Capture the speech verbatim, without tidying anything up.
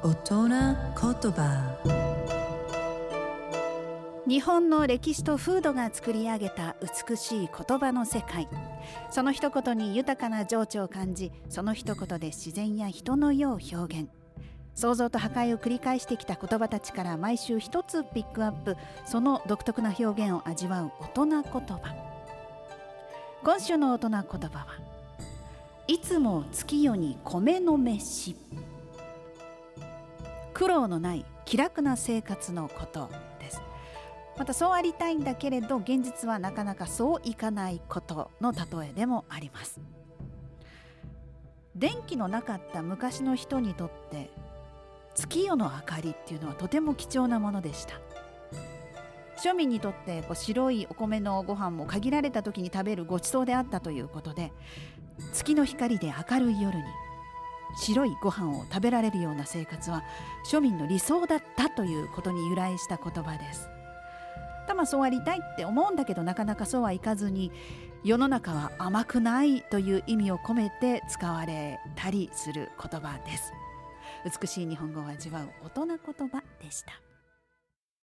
大人言葉。 日本の歴史と風土が作り上げた美しい言葉の世界。その一言に豊かな情緒を感じ、その一言で自然や人の世を表現。創造と破壊を繰り返してきた言葉たちから毎週一つピックアップ、その独特な表現を味わう大人言葉。今週の大人言葉は、いつも月夜に米の飯。苦労のない気楽な生活のことです。またそうありたいんだけれど現実はなかなかそういかないことの例えでもあります。電気のなかった昔の人にとって月夜の明かりっていうのはとても貴重なものでした。庶民にとってこう白いお米のご飯も限られた時に食べるごちそうであったということで、月の光で明るい夜に白いご飯を食べられるような生活は庶民の理想だったということに由来した言葉です。たまそうありたいって思うんだけどなかなかそうはいかずに、世の中は甘くないという意味を込めて使われたりする言葉です。美しい日本語を味わう大人言葉でした。